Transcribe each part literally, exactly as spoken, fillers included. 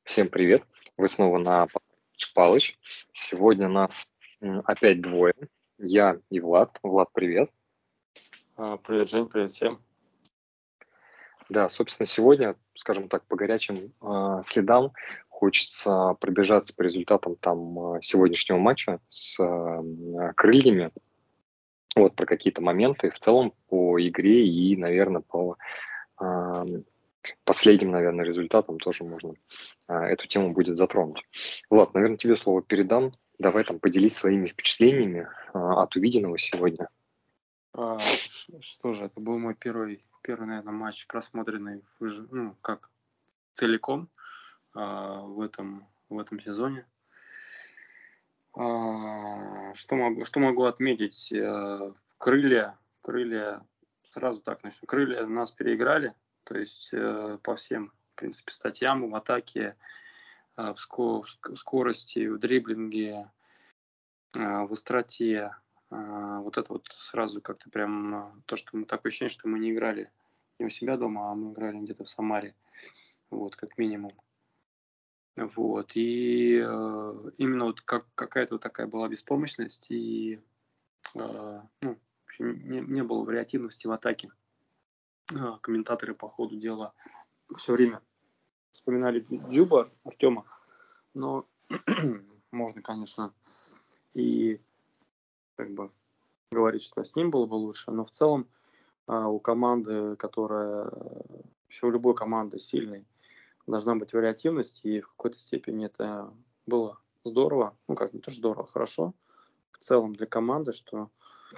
Всем привет! Вы снова на подкасте Палыч. Сегодня нас м, опять двое. Я и Влад. Влад, привет. А, Привет, Жень, привет всем. Да, собственно, сегодня, скажем так, по горячим а, следам хочется пробежаться по результатам там а, сегодняшнего матча с а, м, крыльями. Вот про какие-то моменты в целом по игре и, наверное, по а, последним, наверное, результатам тоже можно а, эту тему будет затронуть. Влад, наверное, тебе слово передам. Давай там поделись своими впечатлениями а, от увиденного сегодня. А, ш- что же, это был мой первый, первый, наверное, матч, просмотренный в ж- ну, как целиком а, в этом, в этом сезоне. А, что могу, что могу отметить? А, крылья, крылья, сразу так начну. Крылья нас переиграли, то есть э, по всем, в принципе, статьям в атаке, а, в ско- в ск- скорости, в дриблинге, а, в остроте. А, Вот это вот сразу как-то прям а, то, что мы такое ощущение, что мы не играли не у себя дома, а мы играли где-то в Самаре, вот, как минимум. Вот, и э, именно вот как, какая-то вот такая была беспомощность, и э, ну, в общем, не, не было вариативности в атаке. А, комментаторы по ходу дела все время вспоминали Дзюба, Артема, но можно, конечно, и как бы говорить, что с ним было бы лучше, но в целом а, у команды, которая, все у любой команды сильной, должна быть вариативность, и в какой-то степени это было здорово, ну как не то здорово, хорошо, в целом для команды, что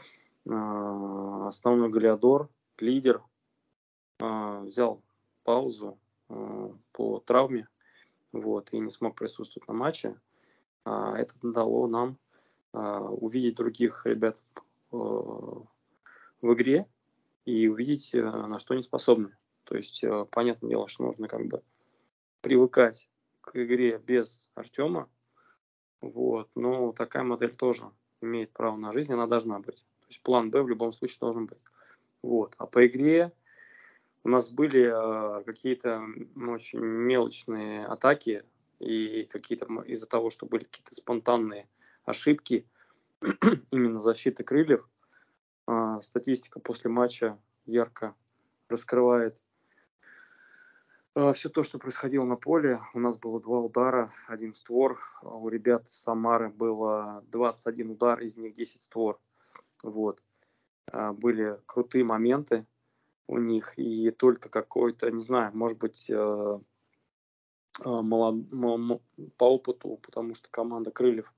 а, основной голеадор, лидер а, взял паузу а, по травме, вот, и не смог присутствовать на матче. А, это дало нам а, увидеть других ребят а, в игре, и увидеть, э, на что они способны. То есть, э, понятное дело, что нужно как бы привыкать к игре без Артема, вот, но такая модель тоже имеет право на жизнь, она должна быть. То есть план Б в любом случае должен быть. Вот. А по игре у нас были э, какие-то ну, очень мелочные атаки, и какие-то из-за того, что были какие-то спонтанные ошибки именно защиты крыльев, э, статистика после матча ярко раскрывает все то, что происходило на поле. У нас было два удара, один створ. У ребят из Самары было двадцать один удар, из них десять створ. Вот. Были крутые моменты у них, и только какой-то, не знаю, может быть, молод... по опыту, потому что команда Крыльев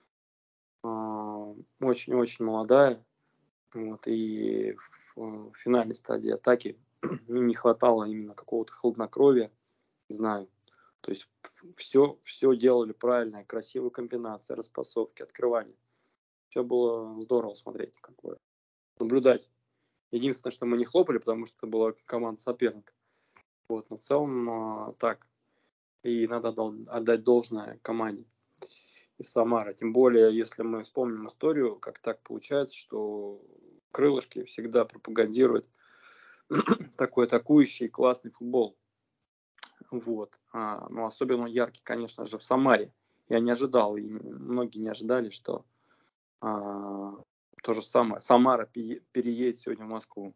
очень-очень молодая. Вот, и в финальной стадии атаки не хватало именно какого-то хладнокровия, знаю. То есть все, все делали правильно, красивые комбинации, распасовки, открывания. Все было здорово смотреть, как бы наблюдать. Единственное, что мы не хлопали, потому что это была команда соперника. Вот, но в целом а, так. И надо отдать должное команде из Самары. Тем более, если мы вспомним историю, как так получается, что крылышки всегда пропагандируют такой атакующий классный футбол. Вот. А, ну, особенно яркий, конечно же, в Самаре. Я не ожидал, и многие не ожидали, что а, то же самое. Самара переедет сегодня в Москву.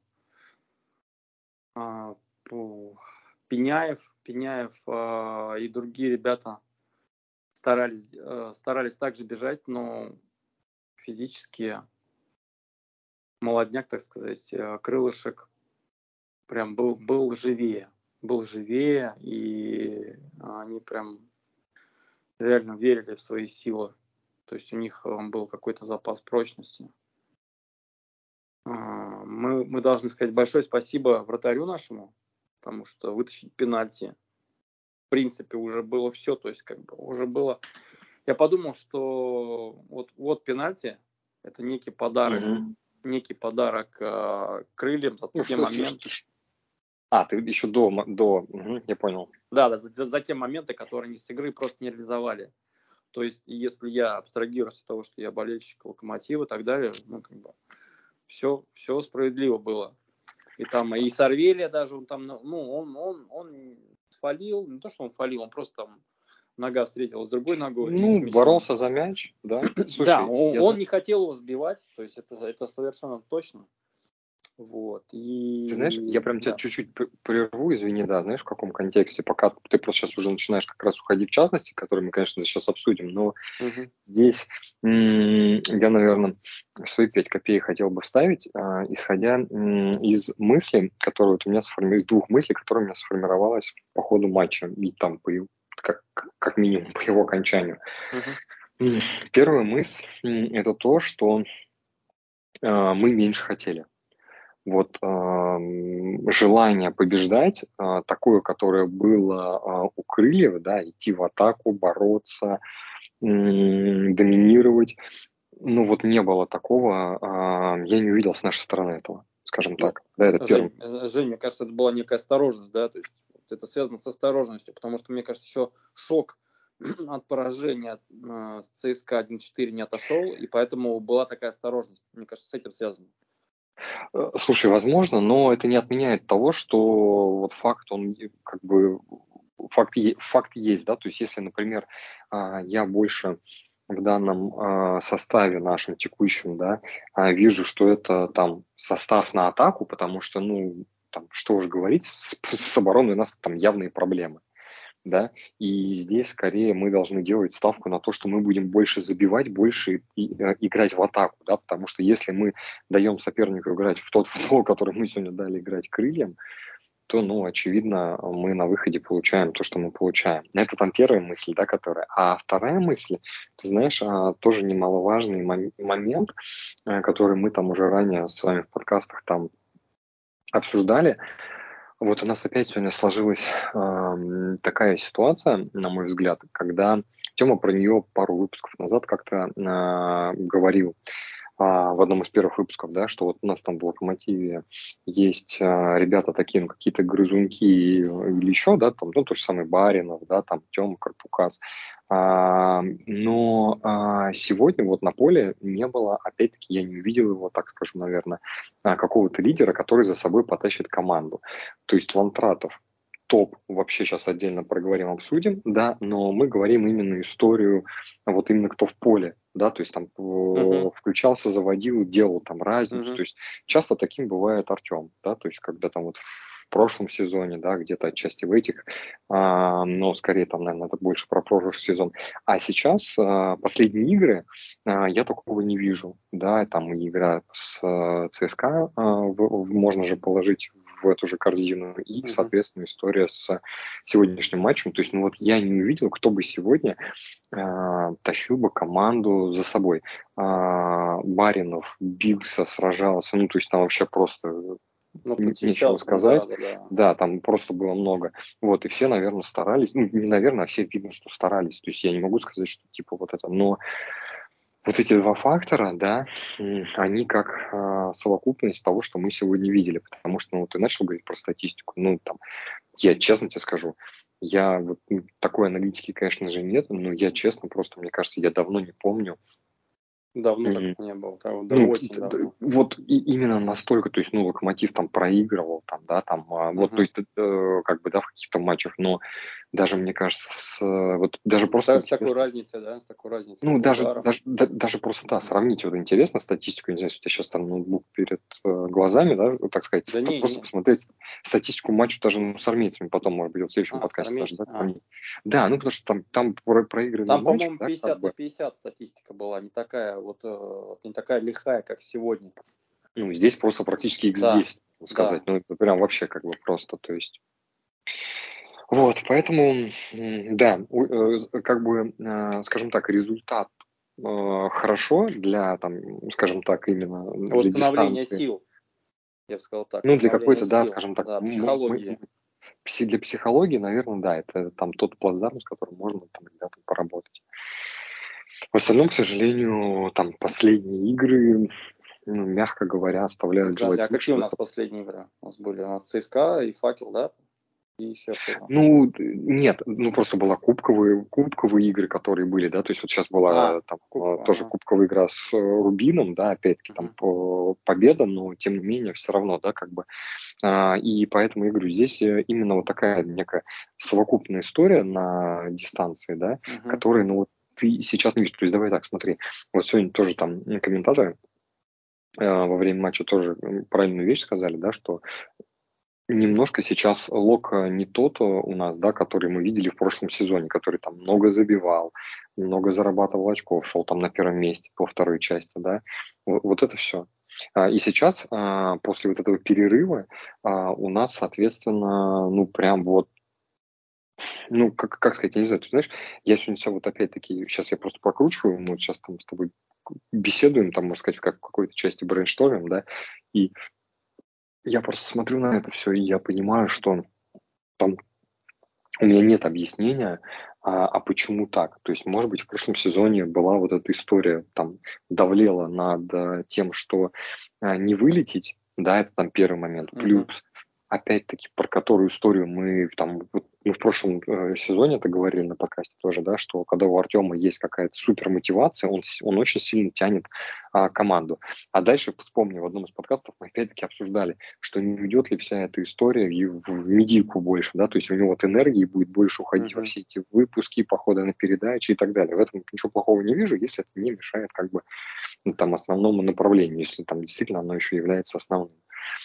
А, Пеняев, Пеняев а, и другие ребята старались, а, старались также бежать, но физически молодняк, так сказать, крылышек прям был, был живее. Был живее, и они прям реально верили в свои силы. То есть у них был какой-то запас прочности. Мы, мы должны сказать большое спасибо вратарю нашему, потому что вытащить пенальти, в принципе, уже было все. То есть как бы уже было... Я подумал, что вот, вот пенальти, это некий подарок, угу. некий подарок э, крыльям за ну, те моменты. А, ты еще до, до... Угу, я понял. Да, да, за, за те моменты, которые они с игры просто не реализовали. То есть, если я абстрагируюсь от того, что я болельщик Локомотива и так далее, ну, как бы, все, все справедливо было. И там, и Сарвелия даже, он там, ну, он, он, он фалил, не то, что он фалил, он просто там нога встретилась с другой ногой. И с Ну, мячом. боролся за мяч, да. Слушай, Да, он, я он за- не хотел его сбивать, то есть это, это совершенно точно. Вот, Ты знаешь, и я прям тебя да. чуть-чуть п- прерву, извини, да, знаешь, в каком контексте, пока ты просто сейчас уже начинаешь как раз уходить в частности, которые мы, конечно, сейчас обсудим, но Мгм. здесь м, я, наверное, свои пять копеек хотел бы вставить, а, исходя м, из мыслей, которые вот у меня сформи... из двух мыслей, которые у меня сформировалась по ходу матча, и там по его- как, как минимум по его окончанию. Мгм. М, Первая мысль м, это то, что а, мы меньше хотели. Вот ам, желание побеждать, а, такое, которое было а, у Крыльев, да, идти в атаку, бороться, м, доминировать, ну вот не было такого, а, я не увидел с нашей стороны этого, скажем Ну, так. Да, это первый. Жень, э, Жень, мне кажется, это была некая осторожность, да, то есть вот это связано с осторожностью, потому что, мне кажется, еще шок от поражения э, с ЦСКА один четыре не отошел, и поэтому была такая осторожность. Мне кажется, с этим связано. Э, Слушай, возможно, но это не отменяет того, что вот факт, он и как бы факт, е- факт есть, да, то есть если, например, а, я больше в данном а, составе нашем текущем, да, а, вижу, что это там состав на атаку, потому что, ну, там, что уж говорить, с, с обороной у нас там явные проблемы, да, и здесь скорее мы должны делать ставку на то, что мы будем больше забивать, больше и, э, играть в атаку, да, потому что если мы даем сопернику играть в тот футбол, который мы сегодня дали играть крыльям, то, ну, очевидно, мы на выходе получаем то, что мы получаем. Это там первая мысль, да, которая. А вторая мысль, ты знаешь, а, тоже немаловажный мом- момент, э, который мы там уже ранее с вами в подкастах там обсуждали. Вот у нас опять сегодня сложилась ам, такая ситуация, на мой взгляд, когда Тёма про нее пару выпусков назад как-то а, говорил а, в одном из первых выпусков, да, что вот у нас там в «Локомотиве» есть а, ребята такие, ну, какие-то грызунки или еще, да, там, ну, тот же самый Баринов, да, там, Тёма Карпукас. А, но а, сегодня вот на поле не было, опять-таки, я не увидел его, так скажу, наверное, а, какого-то лидера, который за собой потащит команду. То есть Лантратов топ, вообще сейчас отдельно проговорим, обсудим, да, но мы говорим именно историю, вот именно кто в поле, да, то есть там Мгм. э, включался, заводил, делал там разницу, Мгм. то есть часто таким бывает Артем, да, то есть когда там вот в прошлом сезоне, да, где-то отчасти в этих, а, но скорее там, наверное, это больше про прошлый сезон, а сейчас а, последние игры а, я такого не вижу, да, там и игра с а, ЦСКА а, в- в- можно же положить в эту же корзину и, Мгм. соответственно, история с сегодняшним матчем, то есть, ну вот я не увидел, кто бы сегодня а, тащил бы команду за собой. А, Баринов бился, сражался, ну, то есть там вообще просто Ну, н- нечего подчищал, ну да, сказать. да, да. Да, там просто было много. Вот, и все, наверное, старались. Ну, не наверное, а все видно, что старались. То есть я не могу сказать, что типа вот это. Но вот эти два фактора, да, м, они как а, совокупность того, что мы сегодня видели. Потому что, ну, ты начал говорить про статистику. Ну, там, я честно тебе скажу, я вот м, такой аналитики, конечно же, нет, но я честно просто, мне кажется, я давно не помню. Давно так м, не было, да, да, Ну, т- очень т- т- давно. вот и именно настолько, то есть, ну, Локомотив там проигрывал, там, да, там, а, вот, то Мгм. есть, э, как бы, да, в каких-то матчах, но даже, мне кажется, с, э, вот даже С, просто та- с такой интересно, с- разницей, да, с такой разницей ну, по даже, ударам. даже, да- даже просто, да, сравнить вот интересно статистику, не знаю, если у тебя сейчас там ноутбук перед э, глазами, да, вот так сказать, Да п- не, просто не. посмотреть статистику матча даже ну, с армейцами, потом, может быть, вот в следующем А, с подкасте даже, армейцем. да, А. сравнить. Да, ну, потому что там, там про- проигранные Там, матчи, по-моему, да, как пятьдесят на бы, пятьдесят статистика была, не такая вот, э, вот не такая лихая, как сегодня. ну, здесь просто практически икс Да, десять, можно сказать, да. ну, это прям вообще как бы просто, то есть. Вот, поэтому, м, да, у- э, з- как бы, э, скажем так, результат э, хорошо для, там, скажем так, именно для Восстановление дистанции. сил, я бы сказал так, Ну, для восстановление какой-то, да, сил, скажем так, да, мы, мы- психологии. пси- для психологии, наверное, да, это там тот плацдарм, с которым можно там ребятам поработать. В остальном, к сожалению, там последние игры, ну, мягко говоря, оставляют Подожди, а желать какие у лучшего. нас Это последние игры? У нас были у нас ЦСКА и Факел, да? И все было. Ну, нет, ну просто была кубковые, кубковые игры, которые были, да, то есть вот сейчас была А, там куб, э, тоже ага. кубковая игра с э, Рубином, да, опять-таки там Мгм. по- победа, но тем не менее все равно, да, как бы, а, и поэтому я говорю, здесь э, именно вот такая некая совокупная история на дистанции, да, Мгм. которая, ну вот ты сейчас не видишь, то есть давай так, смотри, вот сегодня тоже там м, комментаторы э, во время матча тоже м, правильную вещь сказали, да, что немножко сейчас Лока не тот э, у нас, да, который мы видели в прошлом сезоне, который там много забивал, много зарабатывал очков, шел там на первом месте по второй части, да. Вот, вот это все. И сейчас, а, после вот этого перерыва, а, у нас, соответственно, ну, прям вот, ну, как, как сказать, я не знаю, ты знаешь, я сегодня все вот опять-таки, сейчас я просто прокручиваю, мы вот сейчас там с тобой беседуем, там, можно сказать, как в какой-то части брейнштормим, да, и я просто смотрю на это все, и я понимаю, что там у меня нет объяснения, а, а почему так. То есть, может быть, в прошлом сезоне была вот эта история, там, давлела над э, тем, что а, не вылететь, да, это там первый момент. Мгм. Плюс, опять-таки, про которую историю мы там, вот мы в прошлом э, сезоне это говорили на подкасте тоже, да, что когда у Артема есть какая-то супер мотивация, он, с- он очень сильно тянет а, команду. А дальше, вспомни, в одном из подкастов мы опять-таки обсуждали, что не уйдет ли вся эта история в, в медийку больше, да, то есть у него вот энергии будет больше уходить во Мгм. все эти выпуски, походы на передачи и так далее. В этом ничего плохого не вижу, если это не мешает как бы ну, там основному направлению, если там действительно оно еще является основным.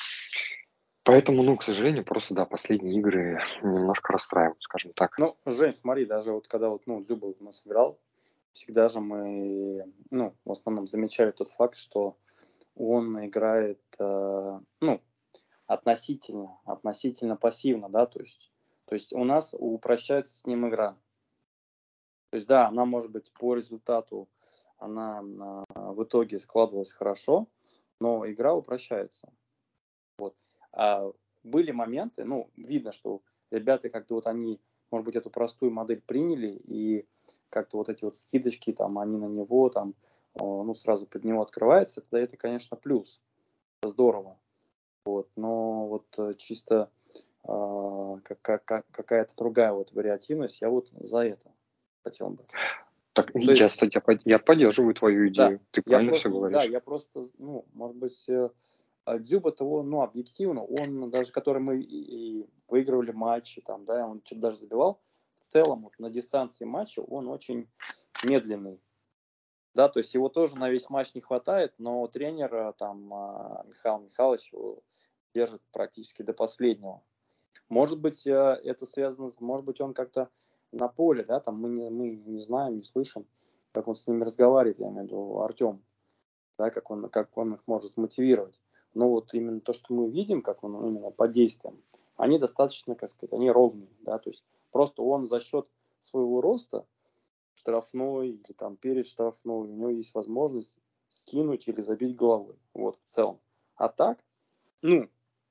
Поэтому, ну, к сожалению, просто, да, последние игры немножко расстраивают, скажем так. Ну, Жень, смотри, даже вот когда вот, ну, Дзюба у нас играл, всегда же мы, ну, в основном замечали тот факт, что он играет, э, ну, относительно, относительно пассивно, да, то есть, то есть у нас упрощается с ним игра. То есть, да, она может быть по результату, она а, в итоге складывалась хорошо, но игра упрощается. Вот. А были моменты, ну, видно, что ребята как-то вот они, может быть, эту простую модель приняли, и как-то вот эти вот скидочки, там, они на него, там, о, ну, сразу под него открывается, тогда это, конечно, плюс. Это здорово. Вот. Но вот э, чисто а, как, как, как- какая-то другая вот вариативность, я вот за это хотел бы. Так, То я, есть, кстати, я под- я поддерживаю твою да, идею. Ты я правильно просто, все да, говоришь. я просто, ну, может быть, э, а Дзюба-то он, ну, объективно, он даже, который мы и, и выигрывали матчи, там, да, он что-то даже забивал, в целом вот, на дистанции матча он очень медленный, да, то есть его тоже на весь матч не хватает, но тренер, э, там, а, Михаил Михайлович его держит практически до последнего. Может быть, э, это связано, с- может быть, он как-то на поле, да, там мы не, мы не знаем, не слышим, как он с ними разговаривает, я имею в виду Артем, да, как он, как он их может мотивировать. Но вот именно то, что мы видим, как он именно по действиям, они достаточно, как сказать, они ровные, да, то есть просто он за счет своего роста штрафной или там перед штрафной, у него есть возможность скинуть или забить головой, вот, в целом. А так, ну,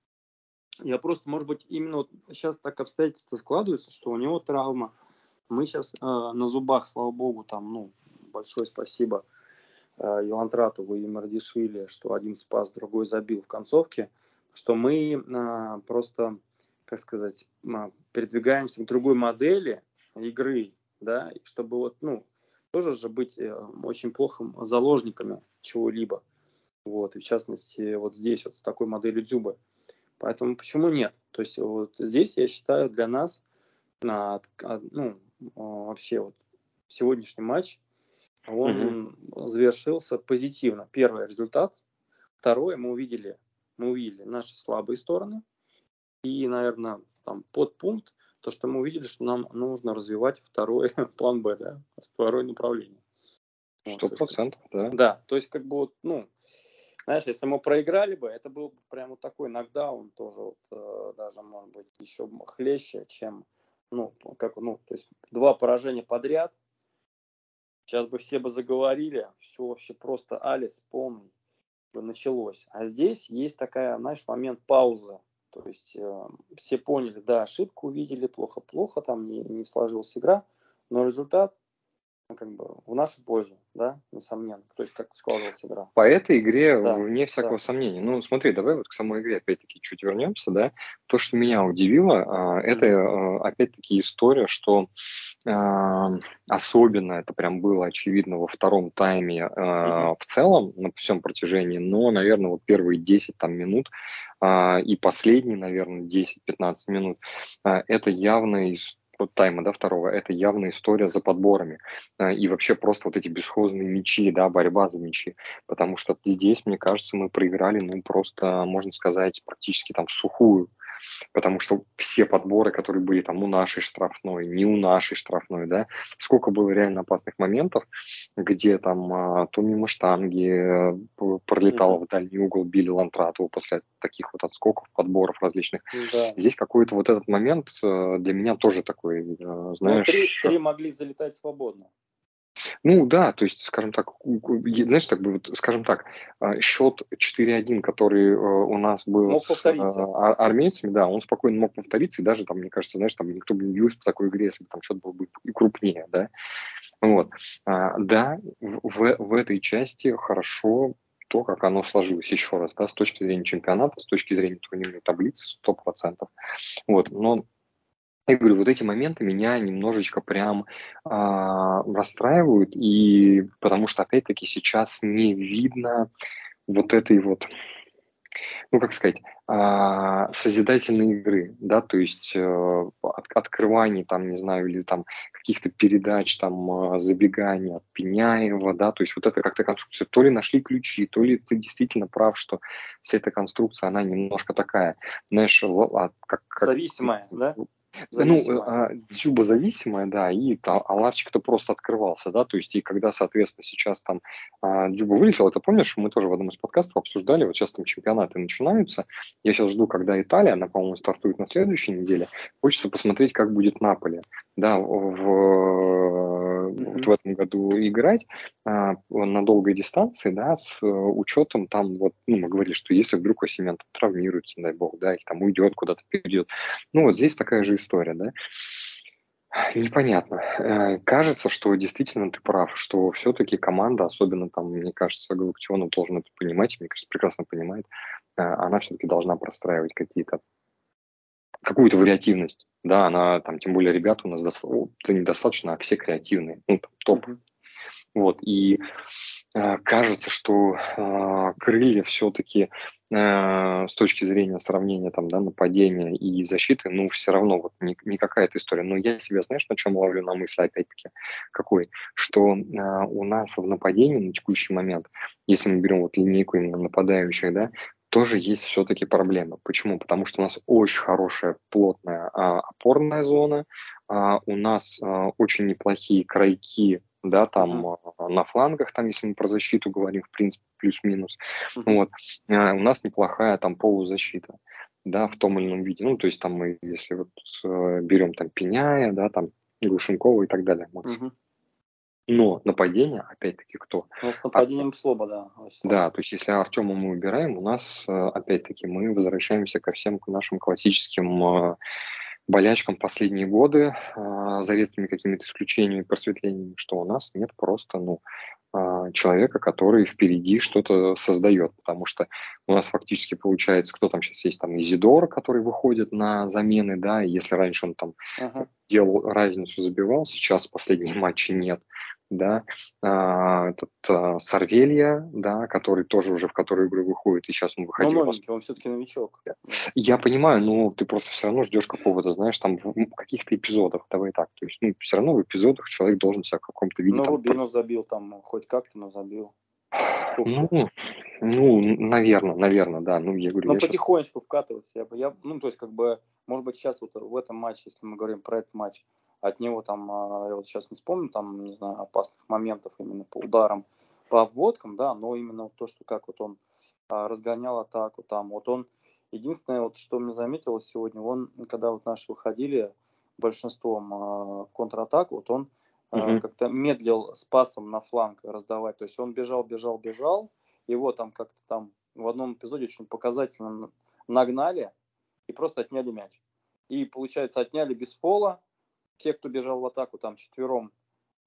я просто, может быть, именно вот сейчас так обстоятельства складываются, что у него травма. Мы сейчас э, на зубах, слава богу, там, ну, большое спасибо э, Илантратову и Мардишвили, что один спас, другой забил в концовке, что мы э, просто, как сказать, э, передвигаемся к другой модели игры, да, и чтобы вот, ну, тоже же быть э, очень плохим заложниками чего-либо. Вот, и в частности, вот здесь вот с такой моделью Дзюбы. Поэтому почему нет? То есть вот здесь, я считаю, для нас, а, а, ну, а, вообще вот сегодняшний матч, Мгм. он завершился позитивно. Первый результат. Второе, мы увидели, мы увидели наши слабые стороны. И, наверное, там подпункт, то, что мы увидели, что нам нужно развивать второй план Б, да, второе направление. Вот, Сто то есть, как- процентов, да. да, то есть как бы вот, ну, знаешь, если мы проиграли бы, это был бы прям вот такой нокдаун тоже, вот, э, даже, может быть, еще хлеще, чем, ну, как, ну, то есть два поражения подряд. Сейчас бы все бы заговорили, все вообще просто Алис полный бы началось. А здесь есть такая, знаешь, момент паузы. То есть э, все поняли, да, ошибку увидели, плохо-плохо, там не, не сложилась игра, но результат как бы в нашу пользу, да, несомненно. То есть как складывалась игра. По этой игре, Да, вне всякого да. сомнения. Ну, смотри, давай вот к самой игре опять-таки чуть вернемся, да. То, что меня удивило, а, это Мгм. а, опять-таки история, что а, особенно это прям было очевидно во втором тайме Мгм. а, в целом на всем протяжении, но, наверное, вот первые десять там минут а, и последние, наверное, десять-пятнадцать минут, а, это явно из вот тайма, да, второго, это явная история за подборами. А, и вообще просто вот эти бесхозные мячи, да, борьба за мячи. Потому что здесь, мне кажется, мы проиграли, ну, просто, можно сказать, практически там в сухую. Потому что все подборы, которые были там у нашей штрафной, не у нашей штрафной, да, сколько было реально опасных моментов, где там а, то мимо штанги э, п- пролетало Мгм. в дальний угол, били Лантратову после таких вот отскоков, подборов различных. Да. Здесь какой-то вот этот момент э, для меня тоже такой, э, Но три, знаешь, три могли залетать свободно. ну да, то есть, скажем так, у- у- е- знаешь, так бы, вот, скажем так, а, счет четыре один, который э, у нас был Мог с э, повториться. ар- армейцами, да, он спокойно мог повториться, и даже там, мне кажется, знаешь, там никто бы не удивился по такой игре, если бы там счет был бы и крупнее, да. Вот. А, да, в, в в этой части хорошо то, как оно сложилось, еще раз, да, с точки зрения чемпионата, с точки зрения турнирной таблицы, сто процентов. Вот, но я говорю, вот эти моменты меня немножечко прям а, расстраивают, и потому что, опять-таки, сейчас не видно вот этой вот, ну, как сказать, а, созидательной игры, да, то есть э, от- открываний, там, не знаю, или там каких-то передач, там, а, забеганий от Пеняева, да, то есть вот это как-то конструкция, то ли нашли ключи, то ли ты действительно прав, что вся эта конструкция, она немножко такая, знаешь, л- а, как, как Зависимая, да? ну, Зависимая. а, Дзюба зависимая, да, и та, Аларчик-то просто открывался, да, то есть и когда, соответственно, сейчас там а, Дзюба вылетел, это помнишь, мы тоже в одном из подкастов обсуждали, вот сейчас там чемпионаты начинаются, я сейчас жду, когда Италия, она, по-моему, стартует на следующей неделе, хочется посмотреть, как будет Наполе, да, в, вот в Мгм. этом году играть а, на долгой дистанции, да, с э, учетом там вот, ну, мы говорили, что если вдруг Осимен там травмируется, не дай бог, да, или там уйдет куда-то, перейдет, ну, вот здесь такая же история, да. Непонятно. Э, Кажется, что действительно ты прав, что все-таки команда, особенно там, мне кажется, Галактионов должен это понимать, мне кажется, прекрасно понимает, э, она все-таки должна простраивать какие-то какую-то вариативность, да, она там, тем более ребята у нас доста- ну, да недостаточно, а все креативные, ну, там, топ. Мгм. Вот, и э, кажется, что э, крылья все-таки э, с точки зрения сравнения там, да, нападения и защиты, ну, все равно вот не, не какая-то история. Но я себя, знаешь, на чем ловлю на мысли, опять-таки, какой? Что э, у нас в нападении на текущий момент, если мы берем вот линейку именно нападающих, да, тоже есть все-таки проблема. Почему? Потому что у нас очень хорошая плотная а, опорная зона, а, у нас а, очень неплохие крайки, да, Мгм. там а, на флангах, там, если мы про защиту говорим, в принципе, плюс-минус. Мгм. Вот. А, у нас неплохая там полузащита, да, в том или ином виде. Ну, то есть там мы, если вот э, берем там Пеняя, да, там Глушенкова и так далее, Макс. Мгм. Но нападение, опять-таки, кто? Но с Артем. нападением слабо, да, очень слабо. Да, то есть если Артема мы убираем, у нас, э, опять-таки, мы возвращаемся ко всем к нашим классическим э, болячкам последние годы, э, за редкими какими-то исключениями, просветлениями, что у нас нет просто, ну, а, человека, который впереди что-то создает, потому что у нас фактически получается, кто там сейчас есть, там Изидор, который выходит на замены, да, и если раньше он там Ага. делал разницу, забивал, сейчас в последние матчи нет, да, а, этот а, Сарвелья, да, который тоже уже в которую игру выходит, и сейчас он Но выходил. новенький, он все-таки новичок. Да. Я понимаю, но ты просто все равно ждешь какого-то, знаешь, там в м, каких-то эпизодах, давай так, то есть, ну, все равно в эпизодах человек должен себя в каком-то виде Ну, там. Рубину забил там, хоть как-то, но забил. Ну, Кубке. ну, наверное, наверное, да. Ну, я говорю, Но я сейчас... потихонечку вкатываться. Я бы, я, ну, то есть, как бы, может быть, сейчас вот в этом матче, если мы говорим про этот матч, от него там, а, я вот сейчас не вспомню, там, не знаю, опасных моментов именно по ударам, по обводкам, да, но именно вот то, что как вот он а, разгонял атаку там, вот он, единственное, вот что мне заметилось сегодня, он, когда вот наши выходили большинством а, контратаку, вот он а, Мгм. как-то медлил с пасом на фланг раздавать, то есть он бежал, бежал, бежал, его там как-то там в одном эпизоде очень показательно нагнали и просто отняли мяч. И, получается, отняли без фола. Те, кто бежал в атаку, там четвером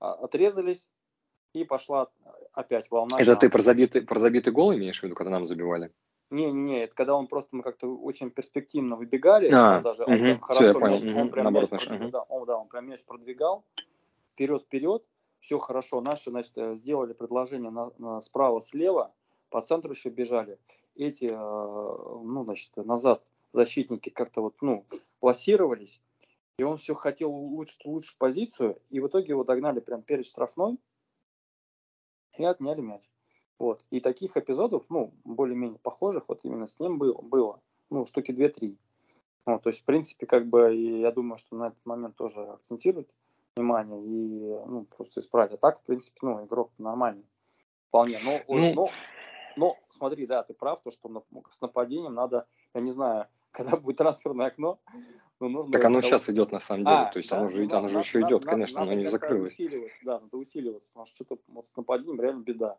а, отрезались, и пошла опять волна. Это ты про забитый, про забитый гол имеешь в виду, когда нам забивали? Не-не-не, это когда он просто, мы как-то очень перспективно выбегали, А, он даже, он прям угу, все, я хорошо понял. мяч, он Угу, прям мяч наоборот наш. продвигал, Угу. да, он, да, он прям мяч продвигал, вперед-вперед, все хорошо, наши, значит, сделали предложение на, на справа-слева, по центру еще бежали, эти, ну, значит, назад защитники как-то вот, ну, пласировались, и он все хотел улучшить, улучшить позицию, и в итоге его догнали прям перед штрафной и отняли мяч. Вот. И таких эпизодов, ну, более-менее похожих, вот именно с ним было, было ну, штуки две-три. Вот, то есть, в принципе, как бы, и я думаю, что на этот момент тоже акцентируют внимание и, ну, просто исправить. А так, в принципе, ну, игрок нормальный вполне. Но, ой, Ну, но, но, смотри, да, ты прав, то, что на, с нападением надо, я не знаю, когда будет трансферное окно, но нужно так оно кого-то... сейчас идет на самом деле, А, то есть да, оно же, ну, оно же на, еще на, идет, на, конечно, оно надо не как-то закрылось. усиливаться, да, надо усиливаться, потому что что-то вот с нападением реально беда.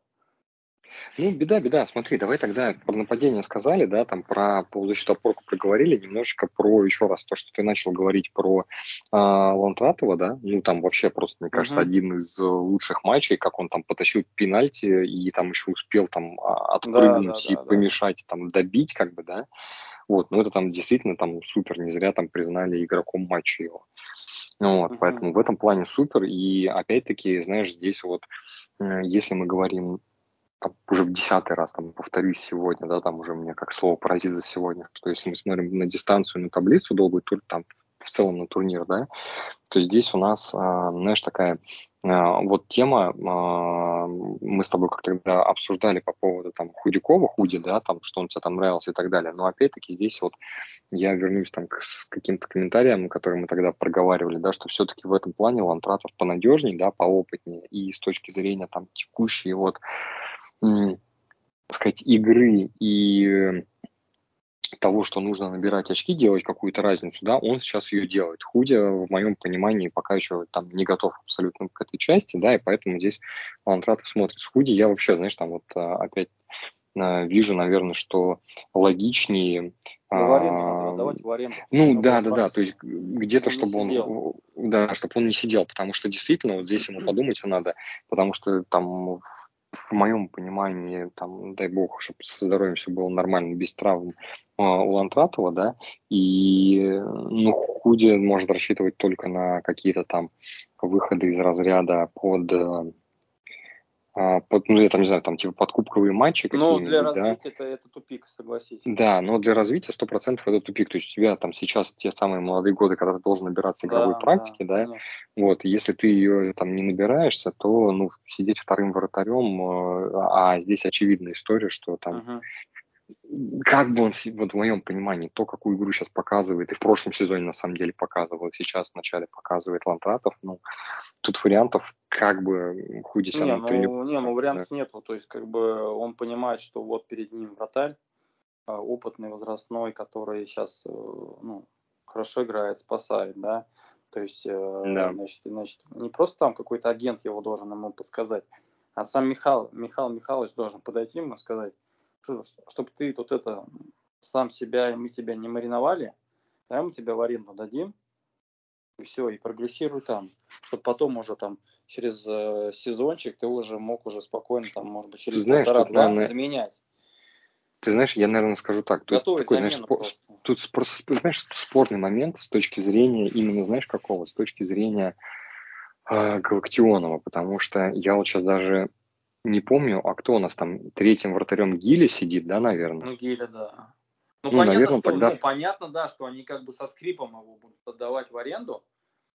Ну, беда, беда. Смотри, давай тогда про нападение сказали, да, там про полузащиту опорку проговорили, немножечко про еще раз то, что ты начал говорить про э, Лантратова, да, ну, там вообще просто, мне кажется, Угу. один из лучших матчей, как он там потащил пенальти и там еще успел там а, Да, да, отпрыгнуть и да, да. помешать, там, добить, как бы, да, вот, ну, это там действительно там супер, не зря там признали игроком матча его. Ну, вот, Угу. поэтому в этом плане супер, и опять-таки, знаешь, здесь вот, э, если мы говорим там, уже в десятый раз, там, повторюсь сегодня, да, там уже мне как слово паразит за сегодня, что если мы смотрим на дистанцию, на таблицу долгую, тур, там, в целом на турнир, да, то здесь у нас, а, знаешь, такая а, вот тема, а, мы с тобой как-то тогда обсуждали по поводу там Худякова, Худи, да, там, что он тебе там нравился и так далее, но опять-таки здесь вот я вернусь там к с каким-то комментариям, которые мы тогда проговаривали, да, что все-таки в этом плане Лантратов понадежнее, да, поопытнее, и с точки зрения там текущей вот м, сказать, игры и того, что нужно набирать очки, делать какую-то разницу, да, он сейчас ее делает. Худя, в моем понимании, пока еще там не готов абсолютно к этой части, да, и поэтому здесь Лантратов смотрит с Худи. Я вообще, знаешь, там вот а, опять а, вижу, наверное, что логичнее... Да, в аренду надо а, выдавать, в аренду, чтобы у ну, него была да, да, да, то практика, есть где-то, чтобы он не чтобы сидел. он, да, чтобы он не сидел, потому что действительно вот здесь ему подумать надо, потому что там в моем понимании, там, дай бог, чтобы со здоровьем все было нормально, без травм а, у Лантратова, да, и, ну, Худи может рассчитывать только на какие-то там выходы из разряда под, а, под, ну, я там не знаю, там, типа, подкубковые матчи Но для какие-нибудь, да, развития это, это тупик, согласись. да, но для развития сто процентов это тупик. То есть у тебя там сейчас те самые молодые годы, когда ты должен набираться игровой Да, да, практики, да, конечно. вот, если ты ее там не набираешься, то, ну, сидеть вторым вратарем, э, а здесь очевидная история, что там, Угу. как бы он, си- вот в моем понимании, то, какую игру сейчас показывает, и в прошлом сезоне на самом деле показывал, и сейчас в начале показывает Лантратов, ну, тут вариантов, как бы Худи себя Не, на тренировку, ну, не, ну не знаю. вариантов нету. То есть, как бы он понимает, что вот перед ним вратарь, а, опытный, возрастной, который сейчас, э, ну, хорошо играет, спасает, да. То есть, э, Да. значит, значит, не просто там какой-то агент его должен ему подсказать, а сам Михаил, Михаил Михайлович должен подойти ему и сказать, чтобы ты тут это сам себя, и мы тебя не мариновали, да, мы тебя в аренду дадим, и все, и прогрессируй там, чтобы потом уже там через э, сезончик ты уже мог уже спокойно там, может быть, Ты через знаешь, тут, полтора-два наверное, заменять, Ты знаешь, я, наверное, скажу так. Тут готовить такой, знаешь, замену спо- просто. тут просто, знаешь, спорный момент с точки зрения, именно, знаешь, какого? С точки зрения э, Галактионова, потому что я вот сейчас даже не помню, а кто у нас там третьим вратарем Гиля сидит, да, наверное? Ну, Геля, да. Ну, Ну, понятно, наверное, что, ну, тогда... понятно, да, что они как бы со скрипом его будут отдавать в аренду,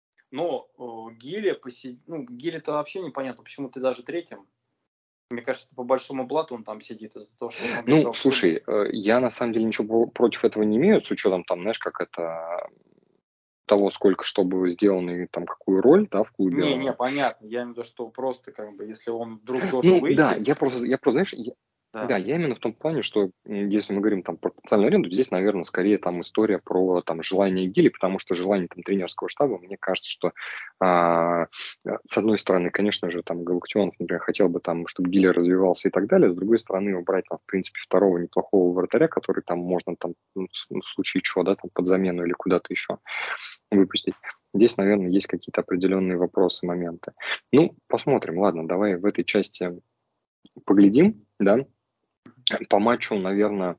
но э, Гиля посидит, ну, Гиля-то вообще непонятно, почему ты даже третьим. Мне кажется, по большому блату он там сидит из-за того, что он много Ну, играл в клубе. слушай, э, я на самом деле ничего про- против этого не имею, с учетом там, знаешь, как это того, сколько что было сделано и там какую роль, да, в клубе. Не, не, понятно. Я имею в виду, что просто как бы, если он вдруг должен Ну да, выйти, я просто, я просто, знаешь, я- да. да, я именно в том плане, что м, если мы говорим там про потенциальную аренду, здесь, наверное, скорее там история про там желание Гили, потому что желание там тренерского штаба, мне кажется, что а, с одной стороны, конечно же, там Галактионов, например, хотел бы там, чтобы Гили развивался и так далее, с другой стороны, убрать там, в принципе, второго неплохого вратаря, который там можно там, ну, в случае чего, да, там под замену или куда-то еще выпустить. Здесь, наверное, есть какие-то определенные вопросы, моменты. Ну, посмотрим. Ладно, давай в этой части поглядим, да. По матчу, наверное,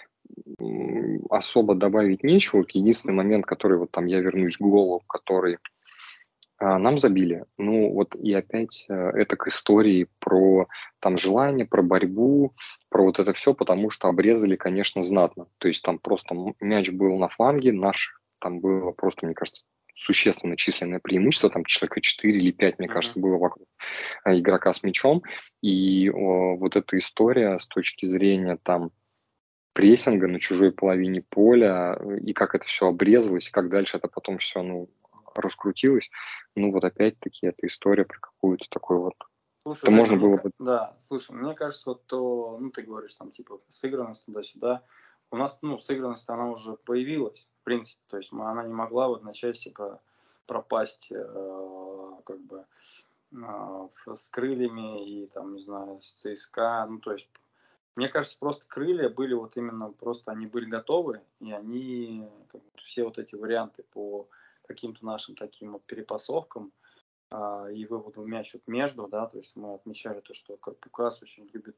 особо добавить нечего. Единственный момент, который вот там я вернусь к голу, который а, нам забили. Ну, вот и опять э, это к истории про там желание, про борьбу, про вот это все, потому что обрезали, конечно, знатно. То есть там просто мяч был на фланге, наш там было просто, мне кажется, существенное численное преимущество, там человека четыре или пять, мне uh-huh. кажется, было вокруг игрока с мячом. И о, вот эта история с точки зрения там прессинга на чужой половине поля, и как это все обрезалось, и как дальше это потом все, ну, раскрутилось. Ну, вот опять-таки, эта история про какую-то такую вот... Слушай, Женя, можно было бы... Да, слушай, мне кажется, вот то, ну, ты говоришь, там, типа, сыгранность туда-сюда. У нас, ну, сыгранность, она уже появилась, в принципе. То есть мы, она не могла в одночасье про, пропасть, э, как бы, э, с крыльями и, там, не знаю, с ЦСКА. Ну, то есть, мне кажется, просто крылья были вот именно, просто они были готовы, и они, как бы, все вот эти варианты по каким-то нашим таким вот перепасовкам а, и выводу мяч вот между, да, то есть мы отмечали то, что Карпукас очень любит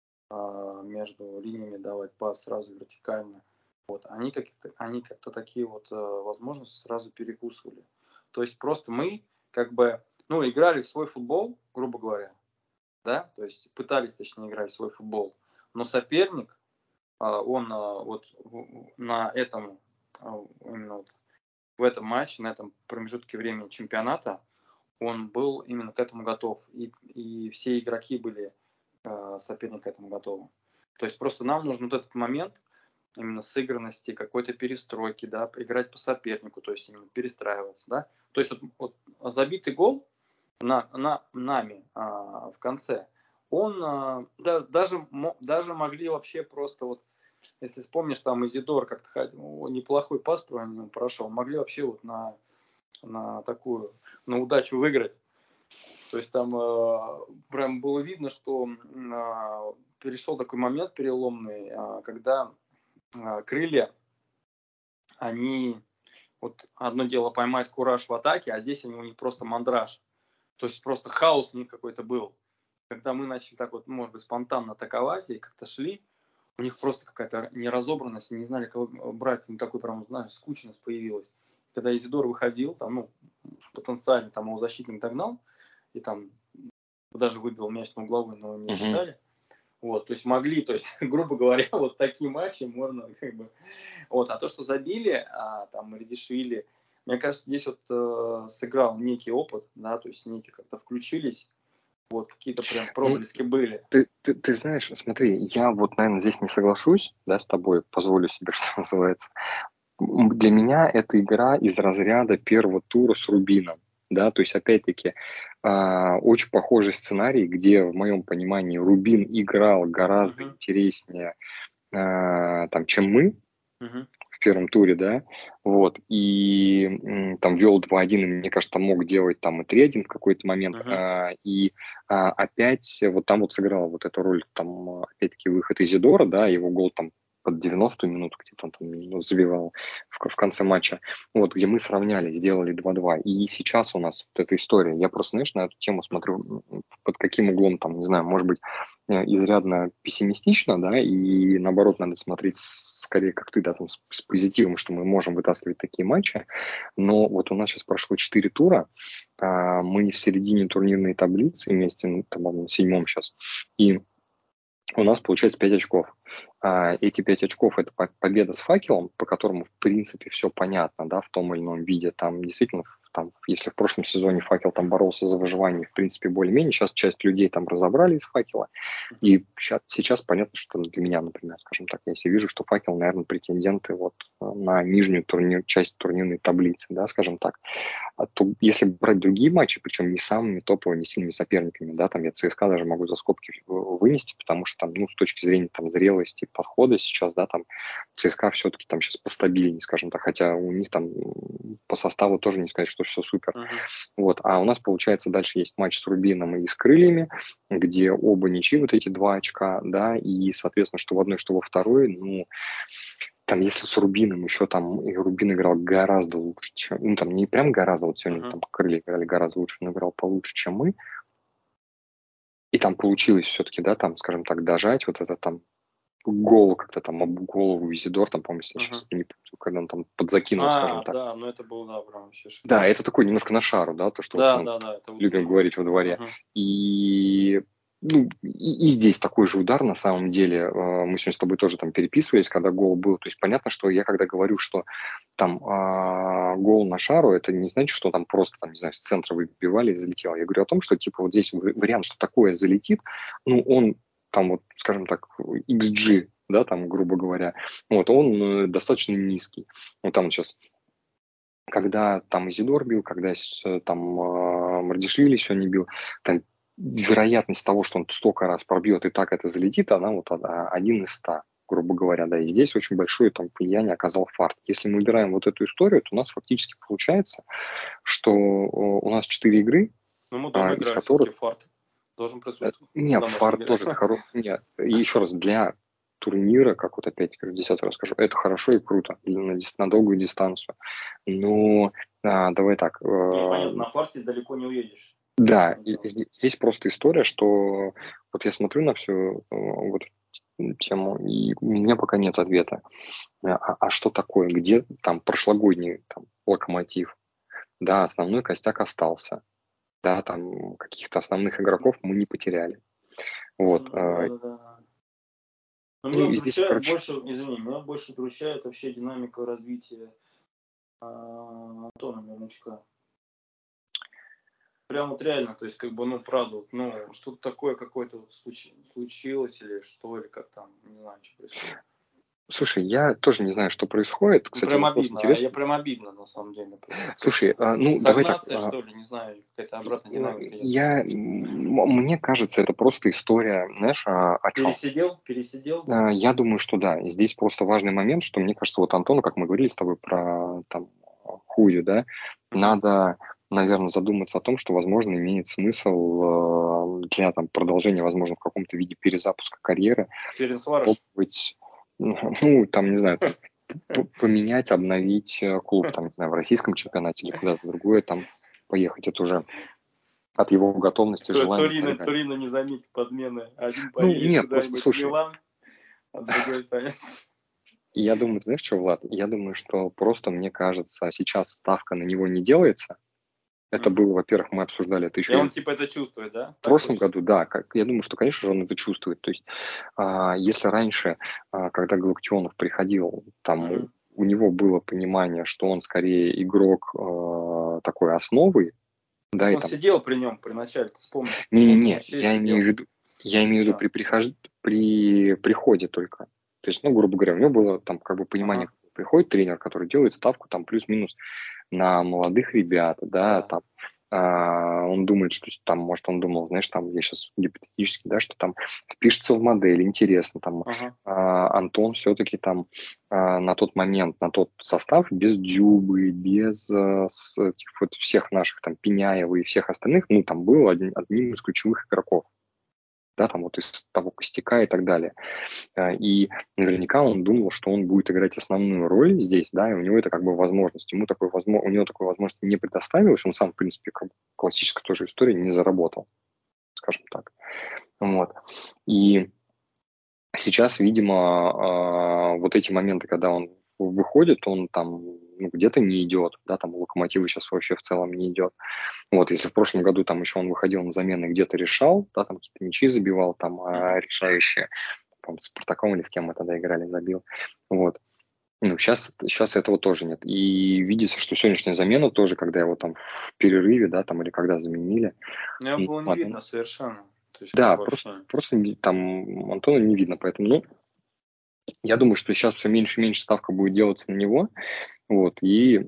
а, между линиями давать пас сразу вертикально. Вот, они как-то, они как-то такие вот а, возможности сразу перекусывали. То есть просто мы как бы, ну, играли в свой футбол, грубо говоря, да, то есть пытались, точнее, играть в свой футбол, но соперник, а, он а, вот на этом, а, именно вот в этом матче, на этом промежутке времени чемпионата, он был именно к этому готов. И, и все игроки были э, соперник к этому готовы. То есть просто нам нужен вот этот момент именно сыгранности, какой-то перестройки, да, играть по сопернику, то есть именно перестраиваться, да. То есть вот, вот забитый гол на, на, нами а, в конце, он а, да, даже, даже могли вообще просто вот, если вспомнишь, там Изидор как-то неплохой пас про него прошел, могли вообще вот на, на такую, на удачу выиграть. То есть там э, прям было видно, что э, перешел такой момент переломный, э, когда э, крылья, они, вот одно дело поймать кураж в атаке, а здесь они у них просто мандраж. То есть просто хаос у них какой-то был. Когда мы начали так вот, может быть, спонтанно атаковать и как-то шли, у них просто какая-то неразобранность, не знали, кого брать, ну, такой прям, знаешь, скучность появилась. Когда Изидор выходил, там, ну, потенциально там его защитник догнал, и там даже выбил мяч на угловой, но не считали. Uh-huh. Вот, то есть могли, то есть, грубо говоря, вот такие матчи можно, как бы, вот, а то, что забили, а, там, Редишвили, мне кажется, здесь вот э, сыграл некий опыт, да, то есть некие как-то включились, вот, какие-то прям проблески ну, были. Ты, ты, ты знаешь, смотри, я вот, наверное, здесь не соглашусь, да, с тобой, позволю себе, что называется. Для меня эта игра из разряда первого тура с Рубином, да, то есть, опять-таки, э, очень похожий сценарий, где, в моем понимании, Рубин играл гораздо uh-huh. интереснее, э, там, чем мы, uh-huh. в первом туре, да, вот, и м, там вел два-один, и, мне кажется, мог делать там и три-один в какой-то момент, uh-huh. а, и а, опять вот там вот сыграла вот эту роль, там, опять-таки, выход Изидора, да, его гол там под девяностую минуту где-то он там забивал в, в конце матча, вот, где мы сравняли, сделали два-два, и сейчас у нас вот эта история, я просто, знаешь, на эту тему смотрю под каким углом, там, не знаю, может быть, изрядно пессимистично, да, и наоборот, надо смотреть скорее, как ты, да, там, с, с позитивом, что мы можем вытаскивать такие матчи, но вот у нас сейчас прошло четыре тура, а, мы в середине турнирной таблицы вместе, ну, там, на седьмом сейчас, и у нас получается пять очков. А, эти пять очков – это победа с Факелом, по которому, в принципе, все понятно, да, в том или ином виде. Там действительно, там, если в прошлом сезоне Факел там боролся за выживание, в принципе, более-менее, сейчас часть людей там разобрали из Факела. И сейчас, сейчас понятно, что для меня, например, скажем так, если вижу, что Факел, наверное, претенденты вот на нижнюю турнир, часть турнирной таблицы, да, скажем так. А то если брать другие матчи, причем не самыми топовыми, сильными соперниками, да, там я ЦСКА даже могу за скобки вынести, потому что там, ну, с точки зрения там зрелости подхода сейчас, да, там ЦСКА все-таки там сейчас постабильнее, скажем так, хотя у них там по составу тоже не сказать, что все супер. Uh-huh. Вот, а у нас, получается, дальше есть матч с Рубином и с Крыльями, где оба ничьи, вот эти два очка, да, и, соответственно, что в одной, что во второй, ну, там, если с Рубином еще там, и Рубин играл гораздо лучше, чем, ну, там, не прям гораздо, вот сегодня Мгм. там крылья играли гораздо лучше, но играл получше, чем мы, и там получилось все-таки, да, там, скажем так, дожать вот это там голову как-то там об голову Визидор, там, помню, если я Мгм. сейчас не помню, когда он там подзакинул, скажем А, так. да, ну это был, да, прям вообще Да, шикарно. это такой немножко на шару, да, то, что вот Да, мы да, да, это вот любим именно. говорить во дворе. Мгм. И, ну, и, и здесь такой же удар, на самом деле. Э, Мы сегодня с тобой тоже там переписывались, когда гол был. То есть понятно, что я когда говорю, что там а, гол на шару, это не значит, что там просто, там, не знаю, с центра выбивали и залетело. Я говорю о том, что, типа, вот здесь в- вариант, что такое залетит, ну, он там вот, скажем так, икс джи, да, там, грубо говоря, вот, он э, достаточно низкий. Вот там сейчас когда там Изидор бил, когда с- там э, Мардишвили сегодня бил, там вероятность того, что он столько раз пробьет и так это залетит, она вот а, один из ста, грубо говоря, да, и здесь очень большое там влияние оказал фарт. Если мы убираем вот эту историю, то у нас фактически получается, что э, у нас четыре игры, Но мы а, дома из играем, все-таки которых фарт должен э, присутствовать в нет, домашней фарт игре. тоже это хорошо. Нет, и еще раз, для турнира, как вот опять скажу, десятый раз скажу, это хорошо и круто для- на, дис- на долгую дистанцию. Но а, давай так. Не, э, понятно, на фарте далеко не уедешь. да, Ну и да. зде- здесь просто история, что вот я смотрю на всю э, вот эту тему, и у меня пока нет ответа. А, а что такое? Где там прошлогодний там, локомотив? Да, основной костяк остался. Да, там каких-то основных игроков мы не потеряли. Вот. Ну, да, э, да, да. Но Ну меня и здесь, удручает короче, больше, извини, меня больше удручает вообще динамика развития а, Антона Мельничука. Прям вот реально, то есть, как бы, ну, правда, вот, ну, что-то такое какое-то вот случи- случилось или что, или как там, не знаю, что происходит. слушай, я тоже не знаю, что происходит. Ну, Кстати, прям вопрос обидно, а я интересный. прям обидно, на самом деле. Просто Слушай, какая-то а, ну давай так. стагнация, а, что ли, не знаю, какая-то обратная э, динамика идет. Я, м, мне кажется, это просто история, знаешь, а, о чем? Пересидел, пересидел. А, Я думаю, что да. И здесь просто важный момент, что мне кажется, вот Антону, как мы говорили с тобой про там хую, да, Мгм. надо, наверное, задуматься о том, что, возможно, имеет смысл э, для там продолжения, возможно, в каком-то виде перезапуска карьеры Ференцварыш. попробовать, ну, там, не знаю, там, п- поменять, обновить э, клуб, там, не знаю, в российском чемпионате или куда-то другое, там, поехать. Это уже от его готовности, Ту- желания и так Турино, далее. Турино не заметит подмены. Один Ну, поедет нет, просто, куда-нибудь в слушай, Милан, а другой останется. и я думаю, знаешь что, Влад, я думаю, что просто, мне кажется, сейчас ставка на него не делается. Это Мгм. было, во-первых, мы обсуждали это И еще и он в типа это чувствует, да? Так прошлом хочется. году, да, как, я думаю, что, конечно же, он это чувствует. То есть, а, если раньше, а, когда Галактионов приходил, там у Мгм. у него было понимание, что он скорее игрок а, такой основы, да, Так и он там... сидел при нем, при начале, ты вспомни. Он там Не-не-не, вообще я имею в сидел. виду, я имею в виду Че? при, прихож... при приходе только. То есть, ну, грубо говоря, у него было там как бы понимание, Ага, приходит тренер, который делает ставку там плюс-минус на молодых ребят, да, да. там, а, он думает, что там, может, он думал, знаешь, там, я сейчас гипотетически, да, что там пишется в модель, интересно, там, Ага. а, Антон все-таки там а, на тот момент, на тот состав без Дюбы, без а, с, этих вот всех наших там Пеняева и всех остальных, ну, там был один, одним из ключевых игроков, да, там вот из того костяка и так далее. А, И наверняка он думал, что он будет играть основную роль здесь, да, и у него это как бы возможность. Ему такой возможно, у него такой возможности не предоставилось, он сам, в принципе, как бы классическая тоже история, не заработал, скажем так. Вот. И сейчас, видимо, а, вот эти моменты, когда он выходит, он там ну, где-то не идет, да, там у Локомотива сейчас вообще в целом не идет. Вот, если в прошлом году там еще он выходил на замены, где-то решал, да, там какие-то мячи забивал, там а, решающие, по-моему, с Спартаком или с кем мы тогда играли, забил. Вот. Ну, сейчас, сейчас этого тоже нет. И видится, что сегодняшняя замена тоже, когда его там в перерыве, да, там, или когда заменили, Ну, его ну, было не ладно. видно совершенно. То есть, как Да, бы просто, вообще. просто не- там Антона не видно, поэтому, ну, я думаю, что сейчас все меньше и меньше ставка будет делаться на него, вот, и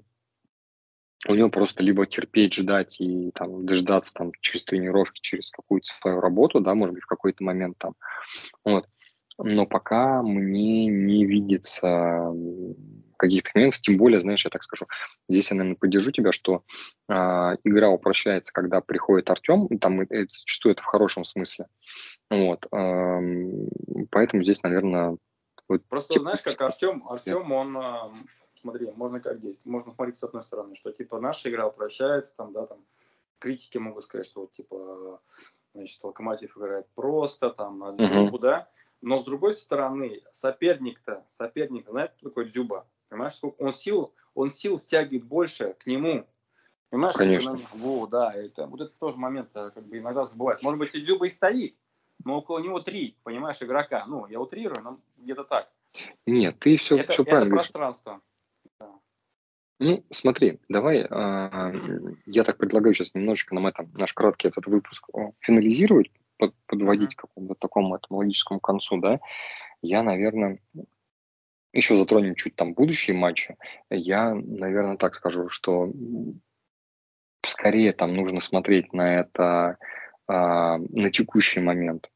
у него просто либо терпеть, ждать и там дождаться там через тренировки, через какую-то свою работу, да, может быть, в какой-то момент там, вот. Но пока мне не видится м, каких-то моментов, тем более, знаешь, я так скажу, здесь я, наверное, поддержу тебя, что а, игра упрощается, когда приходит Артем, и там это, зачастую это в хорошем смысле. Вот. ам, Поэтому здесь, наверное, Вот, Просто, типа, знаешь, как Артем, Артем, он, а, смотри, можно как действовать. Можно смотреть с одной стороны, что, типа, наша игра упрощается, там, да, там, критики могут сказать, что, вот, типа, значит, Локомотив играет просто, там, на Дзюбу, угу, да. Но, с другой стороны, соперник-то, соперник знает, кто такой Дзюба. Понимаешь, сколько он сил, он сил стягивает больше к нему. Понимаешь, сколько на конечно. них, во, да, это, вот это тоже момент, как бы иногда забывает. Может быть, и Дзюба и стоит, но около него три, понимаешь, игрока. Ну, я утрирую, но где-то так. Нет, ты все, Это, все это правильно говоришь. пространство. Да. Ну, смотри, давай, а, я так предлагаю сейчас немножечко нам это, наш краткий этот выпуск о, финализировать, под- подводить Мгм. к какому-то такому этому логическому концу, да. Я, наверное, еще затронем чуть там будущие матчи. Я, наверное, так скажу, что м, скорее там нужно смотреть на это а, на текущий момент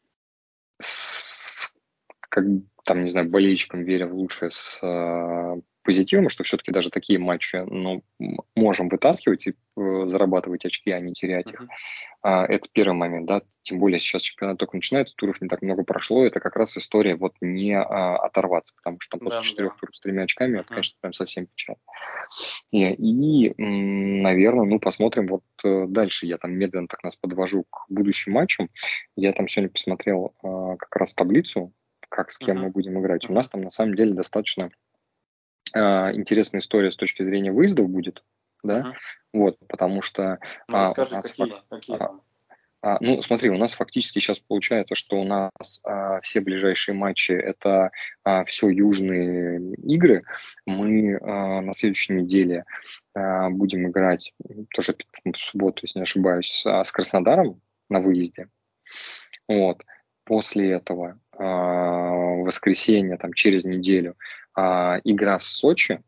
с, как там, не знаю, болельщикам веря в лучшее с а, позитивом, что все-таки даже такие матчи, ну, м- можем вытаскивать и э, зарабатывать очки, а не терять их. Мгм. А, это первый момент, да, тем более сейчас чемпионат только начинается, туров не так много прошло, это как раз история вот не а, оторваться, потому что там после Да, да, четырех да. туров с тремя очками, это, Мгм. конечно, прям совсем печально. И, и м, наверное, ну, посмотрим вот э, дальше. Я там медленно так нас подвожу к будущим матчам. Я там сегодня посмотрел э, как раз таблицу, как с кем мы Мгм. будем играть. У нас Мгм. там на самом деле достаточно э, интересная история с точки зрения выездов будет, да, Мгм. вот, потому что Ну, а, у расскажи, нас фак- какие, какие а, там. а, ну, смотри, у нас фактически сейчас получается, что у нас а, все ближайшие матчи это а, все южные игры. Мы а, на следующей неделе а, будем играть м, тоже в субботу, если не ошибаюсь, а, с Краснодаром на выезде. Вот. После этого а, в воскресенье, там, через неделю, а, игра с Сочи,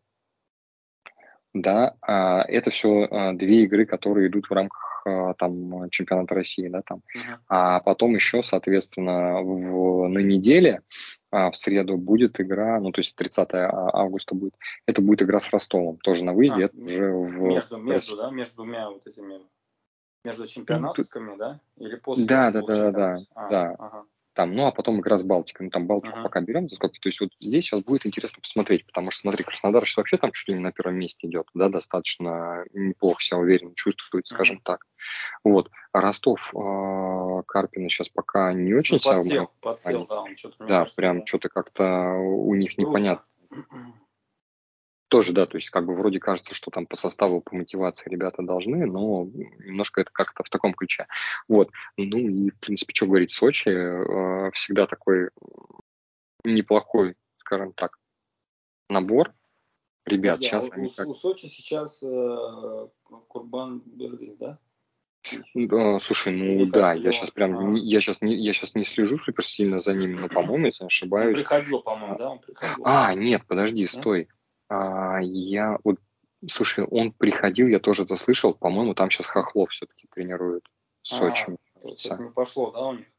да, а, это все а, две игры, которые идут в рамках а, там чемпионата России, да, там. Мгм. А потом еще, соответственно, в, на неделе а, в среду будет игра, ну, то есть тридцатое августа будет, это будет игра с Ростовом, тоже на выезде, А, это уже в, между, в между, России. да, между двумя вот этими, между Ну, тут- чемпионатскими, да? Или после да, да, двух да, да, да, чемпионатов? А, да. ага. Там, ну, а потом игра с Балтикой. Ну, там Балтику Мгм. пока берем за сколько. То есть вот здесь сейчас будет интересно посмотреть, потому что, смотри, Краснодар сейчас вообще там чуть ли не на первом месте идет, да, достаточно неплохо себя уверенно чувствует, Мгм. скажем так. Вот. А Ростов, э, Карпина сейчас пока не очень Ну, себя в моем подсел, подсел, понимании. да, он что-то, мне Да, кажется, прям уже что-то как-то у них грустно. непонятно. Тоже, да, то есть как бы вроде кажется, что там по составу, по мотивации ребята должны, но немножко это как-то в таком ключе. Вот. Ну и, в принципе, что говорить, Сочи э, всегда такой неплохой, скажем так, набор ребят. Подожди, а Сейчас у, у, они как... у Сочи сейчас э, Курбан Бердыев, да? Да, слушай, Или ну как? да, Или я он? сейчас прям, А, не- я сейчас не, я сейчас не слежу супер сильно за ними, но, по-моему, если не он ошибаюсь... приходил, по-моему, А, да? Он приходил, а, по-моему. нет, подожди, Нет? стой. А, я вот, слушай, он приходил, я тоже это слышал, по-моему, там сейчас Хохлов все-таки тренирует в Сочи, А, мне то есть это кажется. не пошло, да, у них?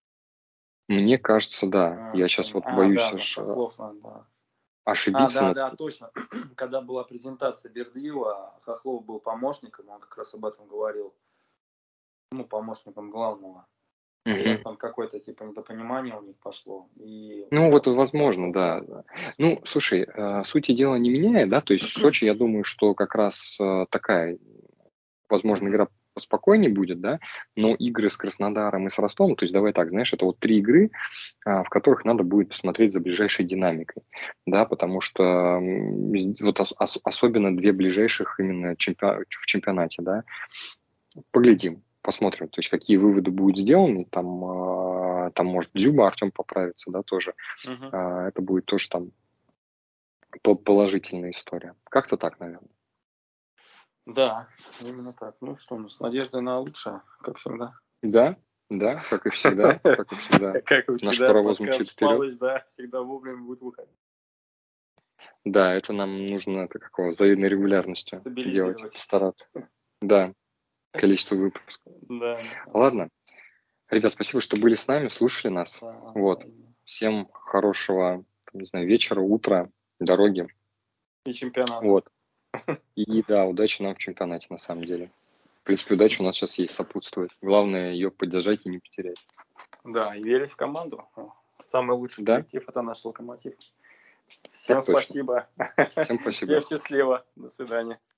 Мне кажется, да. А, Я сейчас понял. вот А, боюсь да, да, аж Хохлов, надо, да. А, ошибиться, да, но... да, точно. Когда была презентация Бердыева, Хохлов был помощником, он как раз об этом говорил. Ну, помощником главного. А сейчас Мгм. там какое-то типа недопонимание у них пошло. И Ну, вот просто это возможно, Хохлов, да. да. да. Ну, слушай, э, сути дела не меняет, да, то есть в Сочи, я думаю, что как раз э, такая, возможно, Мгм. игра поспокойнее будет, да, но игры с Краснодаром и с Ростовом, то есть давай так, знаешь, это вот три игры, а, в которых надо будет посмотреть за ближайшей динамикой, да, потому что м, вот ос- ос- особенно две ближайших именно чемпио- в чемпионате, да, поглядим, посмотрим, то есть какие выводы будут сделаны, там, а, там может Дзюба Артем поправится, да, тоже, Мгм. а, это будет тоже там по- положительная история. Как-то так, наверное. Да, именно так. Ну что, ну, с надеждой на лучшее, как всегда. Да, да, как и всегда, как и всегда. Как и Наш всегда, паровоз мчит подкаст вперед. «Спалось», да, всегда вовремя будет выходить. Да, это нам нужно это какого завидной регулярностью делать, Стабилизировать. постараться. Да, количество выпусков. Да, Ладно, ребят, спасибо, что были с нами, слушали нас. да, Вот, взаимно. всем хорошего, там, не знаю, вечера, утра, дороги. И чемпионата. Вот. И да, удачи нам в чемпионате, на самом деле. В принципе, удача у нас сейчас есть, сопутствует. Главное ее поддержать и не потерять. Да, и верить в команду. Самый лучший Да. коллектив – это наш Локомотив. Всем Так точно. спасибо. Всем спасибо. Всем счастливо. До свидания.